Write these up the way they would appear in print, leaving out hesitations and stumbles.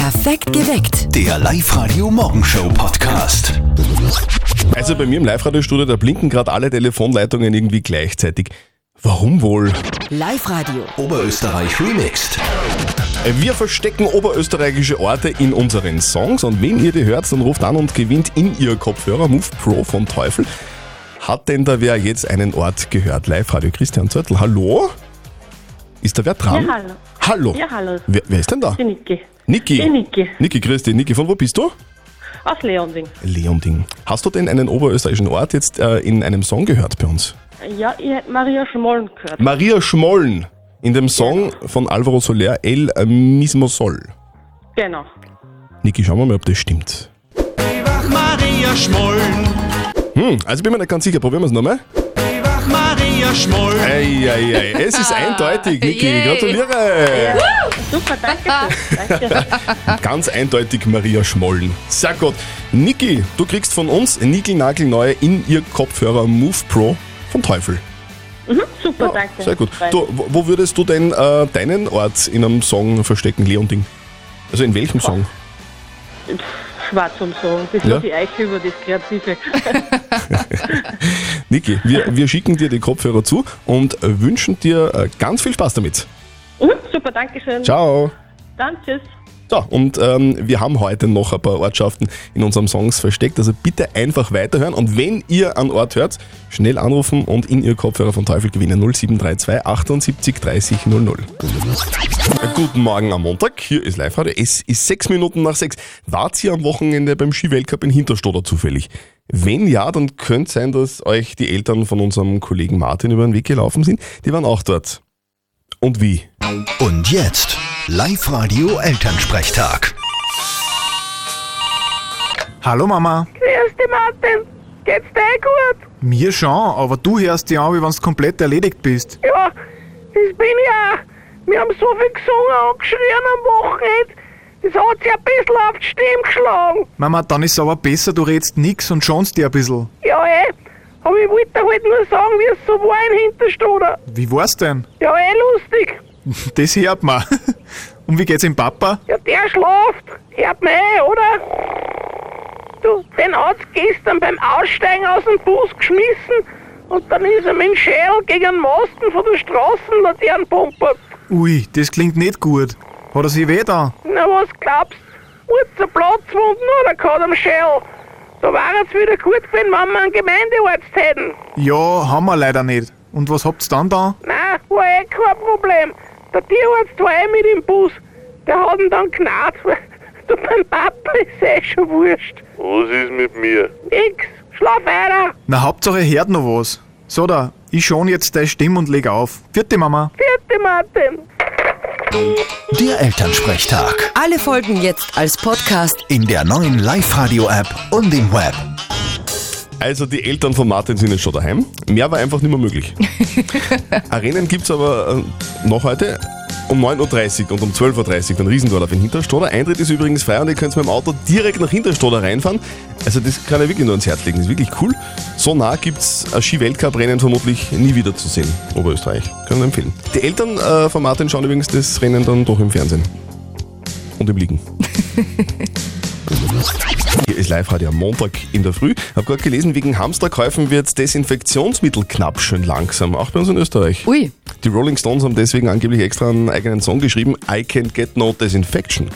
Perfekt geweckt. Der Live-Radio-Morgenshow-Podcast. Also bei mir im Live-Radio-Studio, da blinken gerade alle Telefonleitungen irgendwie gleichzeitig. Warum wohl? Live-Radio. Oberösterreich remixed. Wir verstecken oberösterreichische Orte in unseren Songs und wenn ihr die hört, dann ruft an und gewinnt in ihr Kopfhörer Move Pro von Teufel. Hat denn da wer jetzt einen Ort gehört? Live-Radio Christian Zörtl, hallo? Ist da wer dran? Ja, hallo. Hallo? Ja, hallo. Wer ist denn da? Die Niki. Niki? Die Niki. Niki, grüß dich. Niki, von wo bist du? Aus Leonding. Leonding. Hast du denn einen oberösterreichischen Ort jetzt in einem Song gehört bei uns? Ja, ich hätte Maria Schmollen gehört. Maria Schmollen in dem Song von Alvaro Soler, El Mismo Sol. Genau. Niki, schauen wir mal, ob das stimmt. Maria Schmollen, Also bin mir nicht ganz sicher. Probieren wir es nochmal. Maria Schmollen. Ei. Es ist eindeutig, Niki. Yay. Gratuliere. Super, danke schön. Danke. Ganz eindeutig Maria Schmollen. Sehr gut. Niki, du kriegst von uns niegelnagelneue in ihr Kopfhörer Move Pro von Teufel. Super, danke. Sehr gut. Freut Du, wo würdest du denn deinen Ort in einem Song verstecken, Leonding? Also in welchem Song? mich. Schwarz und so. Das Ja. lasse ich euch über das Kreative. Niki, wir schicken dir die Kopfhörer zu und wünschen dir ganz viel Spaß damit. Super, danke schön. Ciao. Dann tschüss. So, und wir haben heute noch ein paar Ortschaften in unseren Songs versteckt, also bitte einfach weiterhören und wenn ihr einen Ort hört, schnell anrufen und in ihr Kopfhörer von Teufel gewinnen 0732 78 30 00. Guten Morgen am Montag, hier ist Live-Radio, es ist 6 Minuten nach 6. Wart ihr am Wochenende beim Ski-Weltcup in Hinterstoder zufällig? Wenn ja, dann könnte es sein, dass euch die Eltern von unserem Kollegen Martin über den Weg gelaufen sind, die waren auch dort. Und wie? Und jetzt Live-Radio Elternsprechtag. Hallo Mama. Grüß dich, Martin. Geht's dir gut? Mir schon, aber du hörst dich an, wie wenn du komplett erledigt bist. Ja, das bin ich auch. Wir haben so viel gesungen und geschrien am Wochenende. Das hat sich ein bisschen auf die Stimme geschlagen. Mama, dann ist es aber besser, du redst nix und schonst dich ein bisschen. Ja, aber ich wollte halt nur sagen, wie es so war in Hinterstoder. Wie war's denn? Ja, lustig. Das hört man. Und wie geht's dem Papa? Ja, der schlaft. Hört man oder? Du, den hat's gestern beim Aussteigen aus dem Bus geschmissen und dann ist er mit dem Schädel gegen den Masten von der Straßenlaterne pumpert. Ui, das klingt nicht gut. Hat er sich weh da? Na, was glaubst du? Muss er Platzwunden oder gehabt am Schädel? Da wäre es wieder gut gewesen, wenn wir einen Gemeindearzt hätten. Ja, haben wir leider nicht. Und was habt's dann da? Nein, war kein Problem. Der Tierarzt war mit im Bus. Der hat ihn dann genäht. Du, beim Papa ist schon wurscht. Was ist mit mir? Nix, schlaf weiter. Na, Hauptsache hört noch was. So da, ich schon jetzt deine Stimme und leg auf. Vierte Mama. Vierte Martin. Der Elternsprechtag. Alle Folgen jetzt als Podcast. In der neuen Live-Radio-App und im Web. Also die Eltern von Martin sind jetzt schon daheim. Mehr war einfach nicht mehr möglich. Ein Rennen gibt es aber noch heute um 9.30 Uhr und um 12.30 Uhr den Riesendorlauf in Hinterstoder. Eintritt ist übrigens frei und ihr könnt mit dem Auto direkt nach Hinterstoder reinfahren. Also das kann ich wirklich nur ans Herz legen, das ist wirklich cool. So nah gibt es ein Ski-Weltcup-Rennen vermutlich nie wieder zu sehen. Oberösterreich, können wir empfehlen. Die Eltern von Martin schauen übrigens das Rennen dann doch im Fernsehen. Und im Liegen. Hier ist Live-Radio am Montag in der Früh. Hab gerade gelesen, wegen Hamsterkäufen wird Desinfektionsmittel knapp schön langsam, auch bei uns in Österreich. Ui. Die Rolling Stones haben deswegen angeblich extra einen eigenen Song geschrieben, I Can't Get No Disinfection.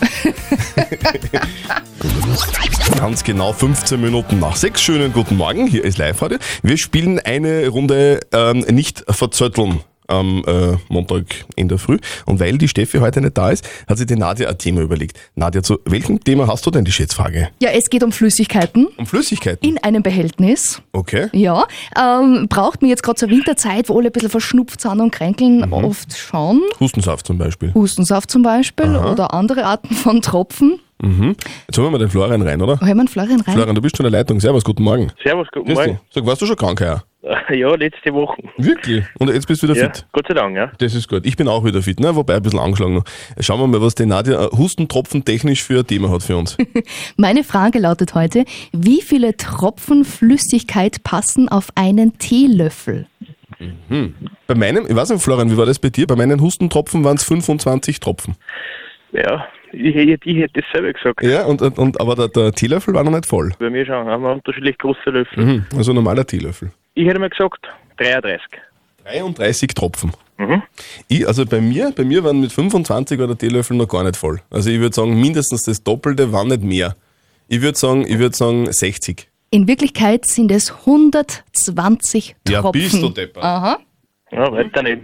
Ganz genau 15 Minuten nach 6. Schönen guten Morgen, hier ist Live-Radio. Wir spielen eine Runde nicht verzötteln am Montag in der Früh. Und weil die Steffi heute nicht da ist, hat sich die Nadja ein Thema überlegt. Nadja, zu welchem Thema hast du denn die Schätzfrage? Ja, es geht um Flüssigkeiten Um Flüssigkeiten? in einem Behältnis. Okay. Ja, braucht man jetzt gerade zur Winterzeit, wo alle ein bisschen verschnupft sind und kränkeln, oft schon. Hustensaft zum Beispiel. Hustensaft zum Beispiel oder andere Arten von Tropfen. Jetzt holen wir mal den Florian rein, oder? Hören wir einen Florian rein? Florian, du bist schon in der Leitung. Servus, guten Morgen. Servus, guten Grüß dich. Morgen. Sag, warst du schon krank heuer? Ja, letzte Woche. Wirklich? Und jetzt bist du wieder Ja, fit? Gott sei Dank, ja. Das ist gut. Ich bin auch wieder fit, ne? Wobei ein bisschen angeschlagen noch. Schauen wir mal, was die Nadja Hustentropfen technisch für ein Thema hat für uns. Meine Frage lautet heute, wie viele Tropfen Flüssigkeit passen auf einen Teelöffel? Bei meinem, ich weiß nicht, Florian, wie war das bei dir? Bei meinen Hustentropfen waren es 25 Tropfen. Ja, Ich hätte es selber gesagt. Ja, aber der Teelöffel war noch nicht voll. Bei mir schon, haben wir unterschiedlich große Löffel. Also normaler Teelöffel. Ich hätte mal gesagt 33. 33 Tropfen. Mhm. Also bei mir waren mit 25 der Teelöffel noch gar nicht voll. Also ich würde sagen, mindestens das Doppelte, war nicht mehr. Ich würde sagen 60. In Wirklichkeit sind es 120 Tropfen. Ja, bist du deppert. Aha. Ja, weiter nicht.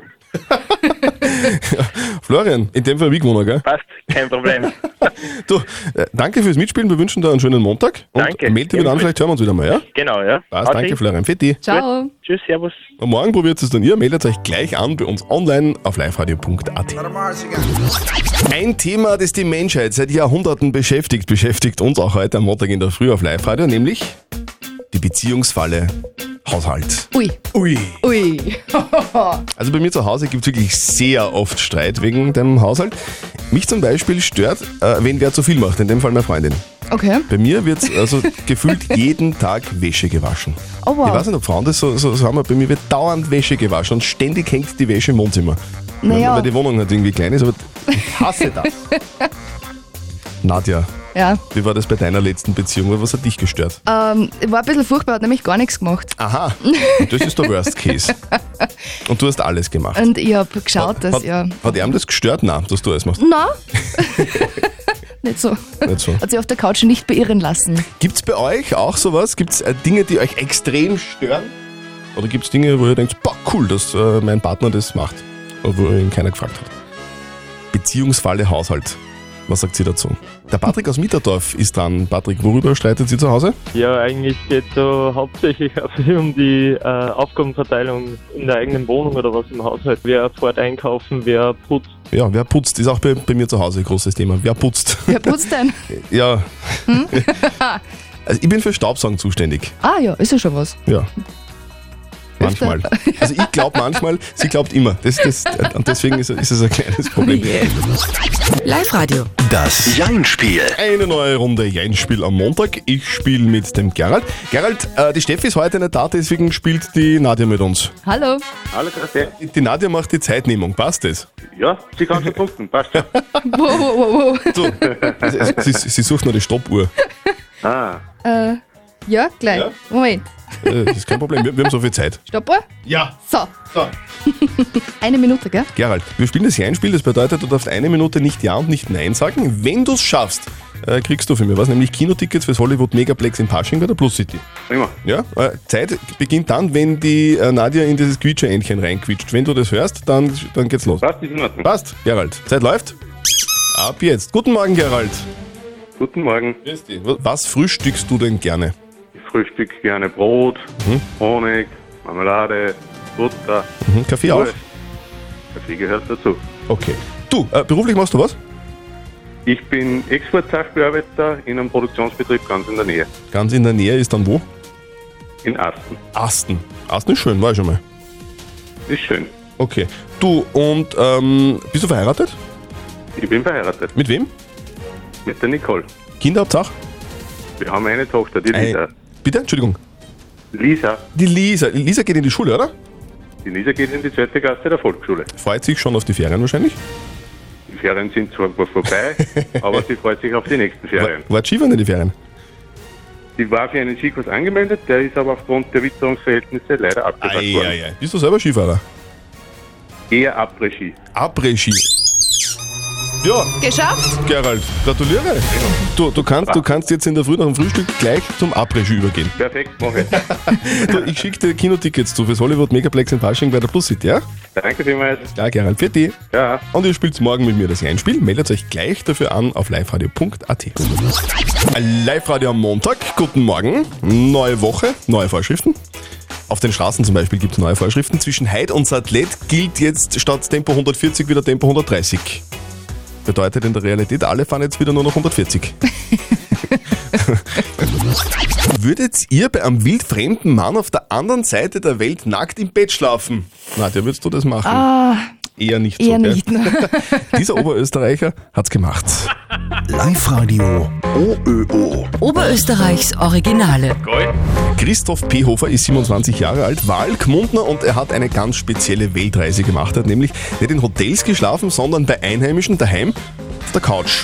Florian, in dem Fall wie gewonnen, gell? Passt, kein Problem. Du, danke fürs Mitspielen, wir wünschen dir einen schönen Montag. Und Danke. melde dich wieder an, vielleicht hören wir uns wieder mal, ja? Genau, ja. Passt, danke Florian, Fetti. Ciao. Gut. Tschüss, servus. Und morgen probiert es dann ihr, meldet euch gleich an bei uns online auf liveradio.at. Ein Thema, das die Menschheit seit Jahrhunderten beschäftigt uns auch heute am Montag in der Früh auf Live-Radio, nämlich die Beziehungsfalle Haushalt. Ui. Also bei mir zu Hause gibt es wirklich sehr oft Streit wegen dem Haushalt. Mich zum Beispiel stört, wenn wer zu viel macht, in dem Fall meine Freundin. Okay. Bei mir wird also gefühlt jeden Tag Wäsche gewaschen. Oh wow. Ich weiß nicht, ob Frauen das so haben, aber bei mir wird dauernd Wäsche gewaschen und ständig hängt die Wäsche im Wohnzimmer. Naja. Weil die Wohnung halt irgendwie klein ist, aber ich hasse das. Nadja, Ja. wie war das bei deiner letzten Beziehung? Was hat dich gestört? War ein bisschen furchtbar, hat nämlich gar nichts gemacht. Aha, und das ist der Worst Case. Und du hast alles gemacht. Und ich habe geschaut, dass Hat ihm das gestört? Nein, dass du alles machst. Nein. Nicht so. Nicht so. Hat sich auf der Couch nicht beirren lassen. Gibt es bei euch auch sowas? Gibt es Dinge, die euch extrem stören? Oder gibt es Dinge, wo ihr denkt, boah, cool, dass mein Partner das macht? Obwohl ihn keiner gefragt hat. Beziehungsfalle Haushalt. Was sagt sie dazu? Der Patrick aus Mitterdorf ist dran. Patrick, worüber streitet sie zu Hause? Ja, eigentlich geht es so hauptsächlich um die Aufgabenverteilung in der eigenen Wohnung oder was im Haushalt. Wer fährt einkaufen, wer putzt. Ja, wer putzt, ist auch bei mir zu Hause ein großes Thema. Wer putzt? Wer putzt denn? Ja. Also ich bin für Staubsaugen zuständig. Ah ja, ist ja schon was. Ja. Manchmal. Also ich glaube manchmal, sie glaubt immer. Und deswegen ist es ein kleines Problem. Live-Radio. Das Jein-Spiel. Eine neue Runde Jein-Spiel am Montag. Ich spiele mit dem Gerald. Gerald, die Steffi ist heute nicht da, deswegen spielt die Nadja mit uns. Hallo. Hallo, Grüße. Die Nadja macht die Zeitnehmung, passt das? Ja, sie kann schon punkten, passt schon. Wow. So, sie sucht noch die Stoppuhr. Ja, gleich. Ja? Moment. Das ist kein Problem, wir haben so viel Zeit. Stoppuhr? Ja. So. So. 1 Minute, gell? Gerald, wir spielen das Jein-Spiel, das bedeutet, du darfst 1 Minute nicht Ja und nicht Nein sagen. Wenn du es schaffst, kriegst du für mich was, nämlich Kinotickets fürs Hollywood Megaplex in Pasching bei der Plus City. Prima. Ja, Zeit beginnt dann, wenn die Nadja in dieses Quietscher-Entchen reinquietscht. Wenn du das hörst, dann geht's los. Passt, ist in Ordnung. Passt, Gerald. Zeit läuft. Ab jetzt. Guten Morgen, Gerald. Guten Morgen. Grüß dich. Was frühstückst du denn gerne? Ich frühstück gerne Brot, Honig, Marmelade, Butter. Kaffee auch? Kaffee gehört dazu. Okay. Du, beruflich machst du was? Ich bin Export-Sachbearbeiter in einem Produktionsbetrieb ganz in der Nähe. Ganz in der Nähe ist dann wo? In Asten. Asten. Asten ist schön, war ich schon mal. Ist schön. Okay. Du, und bist du verheiratet? Ich bin verheiratet. Mit wem? Mit der Nicole. Kinder habt's auch? Wir haben eine Tochter, die Lisa. Bitte? Entschuldigung. Lisa. Die Lisa. Lisa geht in die Schule, oder? Die Lisa geht in die 2. Klasse der Volksschule. Freut sich schon auf die Ferien wahrscheinlich? Die Ferien sind zwar vorbei, aber sie freut sich auf die nächsten Ferien. War Skifahren in die Ferien? Sie war für einen Skikurs angemeldet, der ist aber aufgrund der Witterungsverhältnisse leider abgesagt worden. Bist du selber Skifahrer? Eher Après-Ski. Après-Ski. Ja, Geschafft? Gerald, gratuliere. Du kannst jetzt in der Früh nach dem Frühstück gleich zum Après-Ski übergehen. Perfekt, mache ich. Du, ich schicke dir Kinotickets zu fürs Hollywood Megaplex in Pasching bei der Plus City, ja? Danke vielmals. Klar, Gerald, für dich. Ja. Und ihr spielt morgen mit mir das Einspiel. Meldet euch gleich dafür an auf liveradio.at. Live-Radio am Montag. Guten Morgen. Neue Woche, neue Vorschriften. Auf den Straßen zum Beispiel gibt es neue Vorschriften. Zwischen Heid und Sattlet gilt jetzt statt Tempo 140 wieder Tempo 130. Bedeutet in der Realität, alle fahren jetzt wieder nur noch 140. Würdet ihr bei einem wildfremden Mann auf der anderen Seite der Welt nackt im Bett schlafen? Nadja, würdest du das machen? Eher nicht so, Eher gell? nicht. Dieser Oberösterreicher hat's gemacht. Live-Radio OÖO. Oberösterreichs Originale. Christoph Pehofer ist 27 Jahre alt, Wahlgmundner, und er hat eine ganz spezielle Weltreise gemacht. Er hat nämlich nicht in Hotels geschlafen, sondern bei Einheimischen daheim auf der Couch.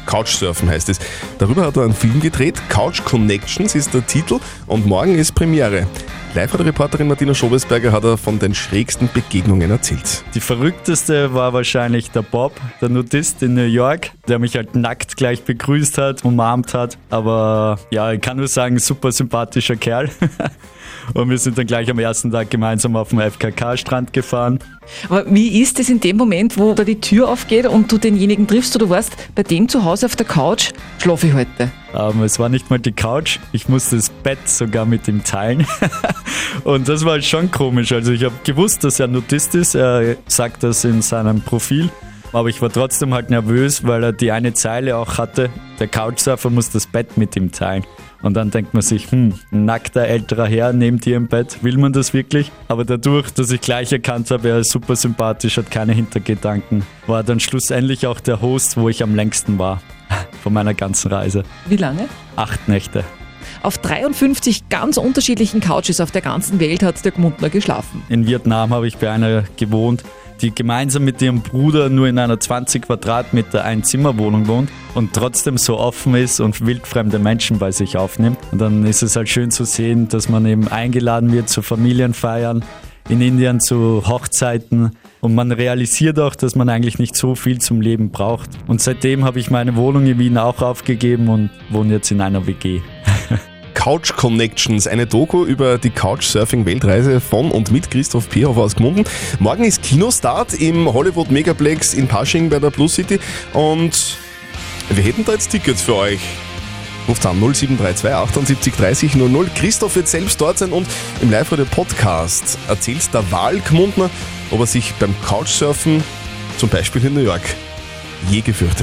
Couchsurfen heißt es. Darüber hat er einen Film gedreht. Couch Connections ist der Titel und morgen ist Premiere. Live-Reporterin Martina Schobesberger hat er von den schrägsten Begegnungen erzählt. Die verrückteste war wahrscheinlich der Bob, der Nudist in New York, der mich halt nackt gleich begrüßt hat, umarmt hat. Aber ja, ich kann nur sagen, super sympathischer Kerl. Und wir sind dann gleich am ersten Tag gemeinsam auf dem FKK-Strand gefahren. Aber wie ist es in dem Moment, wo da die Tür aufgeht und du denjenigen triffst, du weißt, bei dem zu Hause auf der Couch schlafe ich heute? Es war nicht mal die Couch, ich musste das Bett sogar mit ihm teilen. Und das war schon komisch. Also ich habe gewusst, dass er Nudist ist, er sagt das in seinem Profil. Aber ich war trotzdem halt nervös, weil er die eine Zeile auch hatte, der Couchsurfer muss das Bett mit ihm teilen. Und dann denkt man sich, ein nackter älterer Herr neben dir im Bett, will man das wirklich? Aber dadurch, dass ich gleich erkannt habe, er ist super sympathisch, hat keine Hintergedanken, war dann schlussendlich auch der Host, wo ich am längsten war von meiner ganzen Reise. Wie lange? 8 Nächte. Auf 53 ganz unterschiedlichen Couches auf der ganzen Welt hat der Gmundner geschlafen. In Vietnam habe ich bei einer gewohnt, die gemeinsam mit ihrem Bruder nur in einer 20 Quadratmeter Einzimmerwohnung wohnt und trotzdem so offen ist und wildfremde Menschen bei sich aufnimmt. Und dann ist es halt schön zu sehen, dass man eben eingeladen wird zu Familienfeiern, in Indien zu Hochzeiten und man realisiert auch, dass man eigentlich nicht so viel zum Leben braucht. Und seitdem habe ich meine Wohnung in Wien auch aufgegeben und wohne jetzt in einer WG. Couch Connections, eine Doku über die Couchsurfing-Weltreise von und mit Christoph Pierhofer aus Gmunden. Morgen ist Kinostart im Hollywood Megaplex in Pasching bei der Plus City und wir hätten da jetzt Tickets für euch. Ruft an 0732 78 30 00. Christoph wird selbst dort sein und im Live-Radio-Podcast erzählt der Wahlgmundner, ob er sich beim Couchsurfen, zum Beispiel in New York, je gefürchtet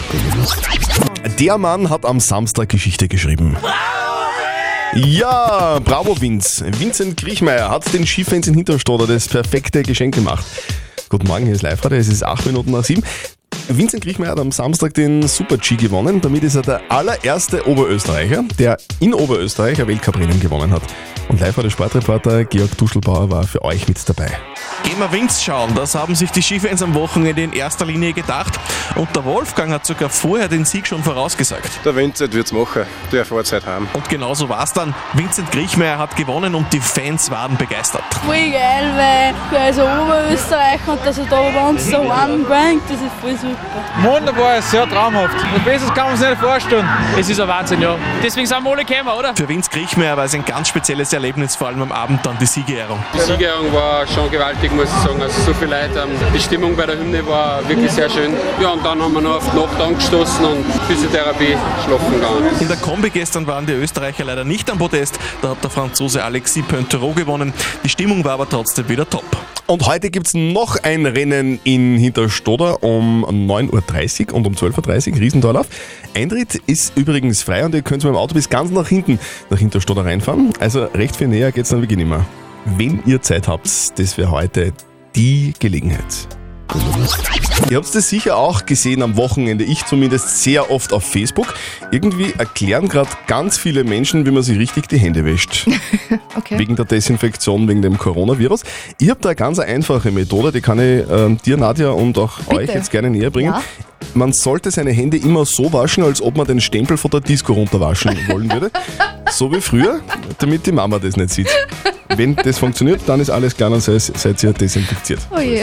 hat. Der Mann hat am Samstag Geschichte geschrieben. Ja, bravo Vince. Vincent Griechmeier hat den Skifans in Hinterstoder das perfekte Geschenk gemacht. Guten Morgen, hier ist Live-Radio, es ist 8 Minuten nach 7. Vincent Griechmeier hat am Samstag den Super-G gewonnen. Damit ist er der allererste Oberösterreicher, der in Oberösterreich ein Weltcuprennen gewonnen hat. Und Live-Radio-Sportreporter Georg Duschelbauer war für euch mit dabei. Gehen wir Vince schauen, das haben sich die Skifans am Wochenende in erster Linie gedacht. Und der Wolfgang hat sogar vorher den Sieg schon vorausgesagt. Der Vincent wird's machen, der fährt heute heim. Und genauso war's dann. Vincent Griechmeier hat gewonnen und die Fans waren begeistert. Voll geil, weil wir also Oberösterreicher und dass er da bei uns daheim bringt, das ist voll super. Wunderbar, sehr traumhaft. Und besseres kann man sich nicht vorstellen. Es ist ein Wahnsinn, ja. Deswegen sind wir alle gekommen, oder? Für Vince Griechmeier war es ein ganz spezielles Erlebnis, vor allem am Abend dann die Siegerehrung. Die Siegerehrung war schon gewaltig, muss ich sagen. Also so viele Leute. Die Stimmung bei der Hymne war wirklich sehr schön. Ja, und dann haben wir noch auf die Nacht angestoßen und Physiotherapie schlafen gegangen. In der Kombi gestern waren die Österreicher leider nicht am Podest. Da hat der Franzose Alexis Pointerot gewonnen. Die Stimmung war aber trotzdem wieder top. Und heute gibt es noch ein Rennen in Hinterstoder um 9.30 Uhr und um 12.30 Uhr, Riesentorlauf. Eintritt ist übrigens frei und ihr könnt mit dem Auto bis ganz nach hinten nach Hinterstoder reinfahren. Also recht viel näher geht es dann wirklich nicht mehr. Wenn ihr Zeit habt, das wäre heute die Gelegenheit. Ihr habt es sicher auch gesehen am Wochenende, ich zumindest sehr oft auf Facebook. Irgendwie erklären gerade ganz viele Menschen, wie man sich richtig die Hände wäscht. Okay. Wegen der Desinfektion, wegen dem Coronavirus. Ich habe da eine ganz einfache Methode, die kann ich dir, Nadja, und auch Bitte. euch jetzt gerne näher bringen. Ja. Man sollte seine Hände immer so waschen, als ob man den Stempel von der Disco runterwaschen wollen würde. So wie früher, damit die Mama das nicht sieht. Wenn das funktioniert, dann ist alles klar und seid ihr desinfiziert. Oh je.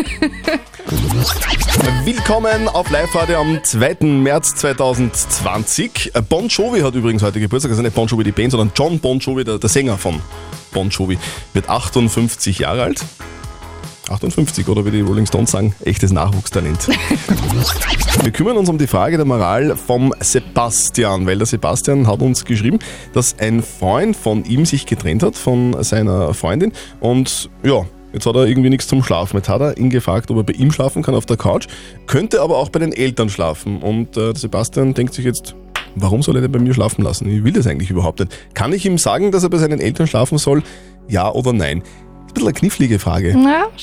Willkommen auf Live-Radio am 2. März 2020. Bon Jovi hat übrigens heute Geburtstag, also nicht Bon Jovi die Band, sondern John Bon Jovi, der Sänger von Bon Jovi, wird 58 Jahre alt. 58, oder wie die Rolling Stones sagen, echtes Nachwuchstalent. Wir kümmern uns um die Frage der Moral vom Sebastian, weil der Sebastian hat uns geschrieben, dass ein Freund von ihm sich getrennt hat von seiner Freundin und ja, jetzt hat er irgendwie nichts zum Schlafen. Jetzt hat er ihn gefragt, ob er bei ihm schlafen kann auf der Couch, könnte aber auch bei den Eltern schlafen und der Sebastian denkt sich jetzt, warum soll er denn bei mir schlafen lassen? Ich will das eigentlich überhaupt nicht. Kann ich ihm sagen, dass er bei seinen Eltern schlafen soll? Ja oder nein? Ein bisschen eine knifflige Frage. Na, schon.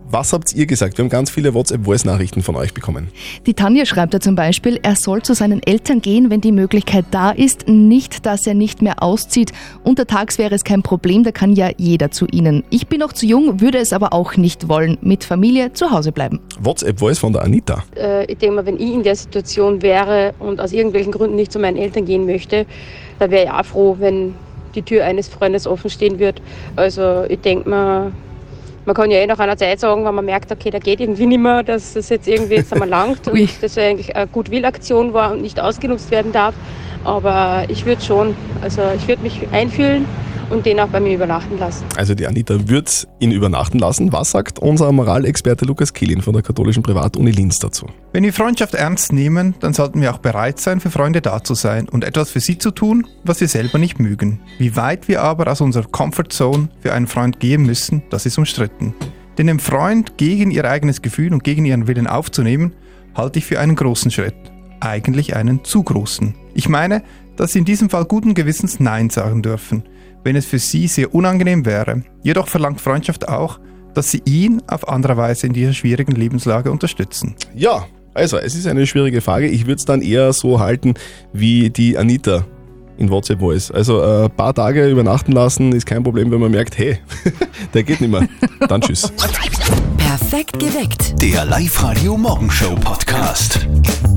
Was habt ihr gesagt? Wir haben ganz viele WhatsApp-Voice-Nachrichten von euch bekommen. Die Tanja schreibt da zum Beispiel, er soll zu seinen Eltern gehen, wenn die Möglichkeit da ist. Nicht, dass er nicht mehr auszieht. Untertags wäre es kein Problem, da kann ja jeder zu ihnen. Ich bin noch zu jung, würde es aber auch nicht wollen. Mit Familie zu Hause bleiben. WhatsApp-Voice von der Anita. Ich denke mal, wenn ich in der Situation wäre und aus irgendwelchen Gründen nicht zu meinen Eltern gehen möchte, dann wäre ich auch froh, wenn die Tür eines Freundes offen stehen wird. Also ich denke mal, man kann ja nach einer Zeit sagen, wenn man merkt, okay, da geht irgendwie nicht mehr, dass es jetzt irgendwie jetzt einmal langt und das eigentlich eine Gutwillaktion war und nicht ausgenutzt werden darf. Aber ich würde schon, also ich würde mich einfühlen und den auch bei mir übernachten lassen. Also die Anita wird ihn übernachten lassen. Was sagt unser Moralexperte Lukas Kehlin von der katholischen Privatuni Linz dazu? Wenn wir Freundschaft ernst nehmen, dann sollten wir auch bereit sein, für Freunde da zu sein und etwas für sie zu tun, was wir selber nicht mögen. Wie weit wir aber aus unserer Comfortzone für einen Freund gehen müssen, das ist umstritten. Denn den Freund gegen ihr eigenes Gefühl und gegen ihren Willen aufzunehmen, halte ich für einen großen Schritt. Eigentlich einen zu großen. Ich meine, dass sie in diesem Fall guten Gewissens Nein sagen dürfen, wenn es für sie sehr unangenehm wäre. Jedoch verlangt Freundschaft auch, dass sie ihn auf andere Weise in dieser schwierigen Lebenslage unterstützen. Ja, also es ist eine schwierige Frage. Ich würde es dann eher so halten wie die Anita in WhatsApp Voice. Also ein paar Tage übernachten lassen ist kein Problem, wenn man merkt, hey, der geht nicht mehr. Dann tschüss. Perfekt geweckt. Der Live-Radio Morgenshow Podcast.